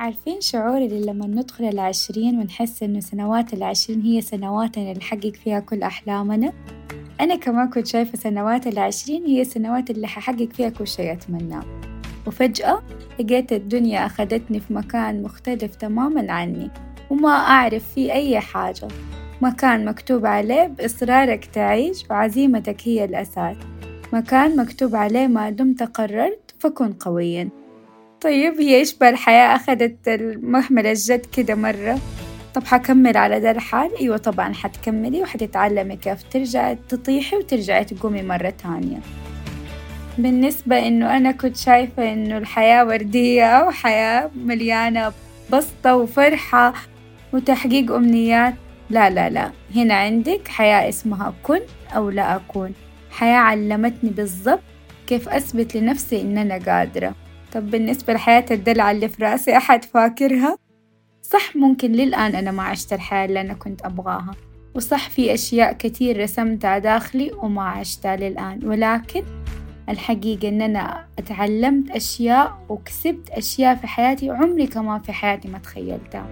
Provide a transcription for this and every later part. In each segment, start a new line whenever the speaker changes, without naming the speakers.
عارفين شعور اللي لما ندخل العشرين ونحس إنه سنوات العشرين هي سنواتنا اللي نحقق فيها كل أحلامنا؟ أنا كمان كنت شايفة سنوات العشرين هي السنوات اللي ححقق فيها كل شيء أتمناه، وفجأة لقيت الدنيا أخذتني في مكان مختلف تماماً عني وما أعرف فيه أي حاجة، مكان مكتوب عليه بإصرارك تعيش وعزيمتك هي الأساس، مكان مكتوب عليه ما دمت قررت فكن قوياً. طيب هي إيش بالحياة أخذت المحمل الجد كده مرة؟ طب حكمل على ذا الحال؟ أيوة طبعا حتكملي وحتتعلمي كيف ترجعي تطيحي وترجعي تقومي مرة تانية. بالنسبة إنه أنا كنت شايفة إنه الحياة وردية وحياة مليانة بسطة وفرحة وتحقيق أمنيات، لا لا لا، هنا عندك حياة اسمها كن أو لا أكون، حياة علمتني بالضبط كيف أثبت لنفسي إن أنا قادرة. طب بالنسبة لحياة الدلع اللي في راسي أحد فاكرها؟ صح ممكن للآن أنا ما عشت الحياة اللي أنا كنت أبغاها، وصح في أشياء كتير رسمتها داخلي وما عشتها للآن، ولكن الحقيقة إن أنا اتعلمت أشياء وكسبت أشياء في حياتي عمري كمان في حياتي ما تخيلتها.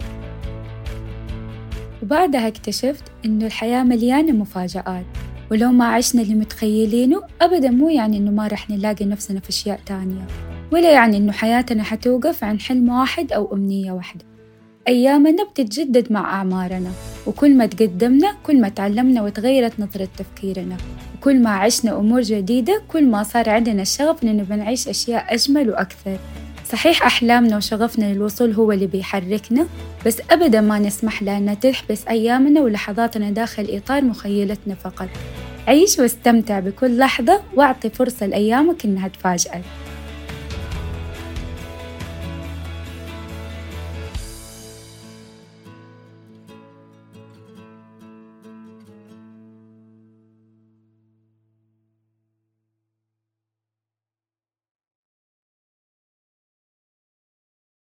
وبعدها اكتشفت إنه الحياة مليانة مفاجآت، ولو ما عشنا اللي متخيلينه أبدا مو يعني إنه ما رح نلاقي نفسنا في أشياء تانية، ولا يعني إنه حياتنا حتوقف عن حلم واحد أو أمنية واحدة. أيامنا بتتجدد مع أعمارنا، وكل ما تقدمنا كل ما تعلمنا وتغيرت نظرة تفكيرنا، وكل ما عشنا أمور جديدة كل ما صار عندنا الشغف إنه بنعيش أشياء أجمل وأكثر. صحيح أحلامنا وشغفنا للوصول هو اللي بيحركنا، بس أبدا ما نسمح لها أنها تحبس أيامنا ولحظاتنا داخل إطار مخيلتنا فقط. عيش واستمتع بكل لحظة واعطي فرصة لأيامك إنها تفاجئك.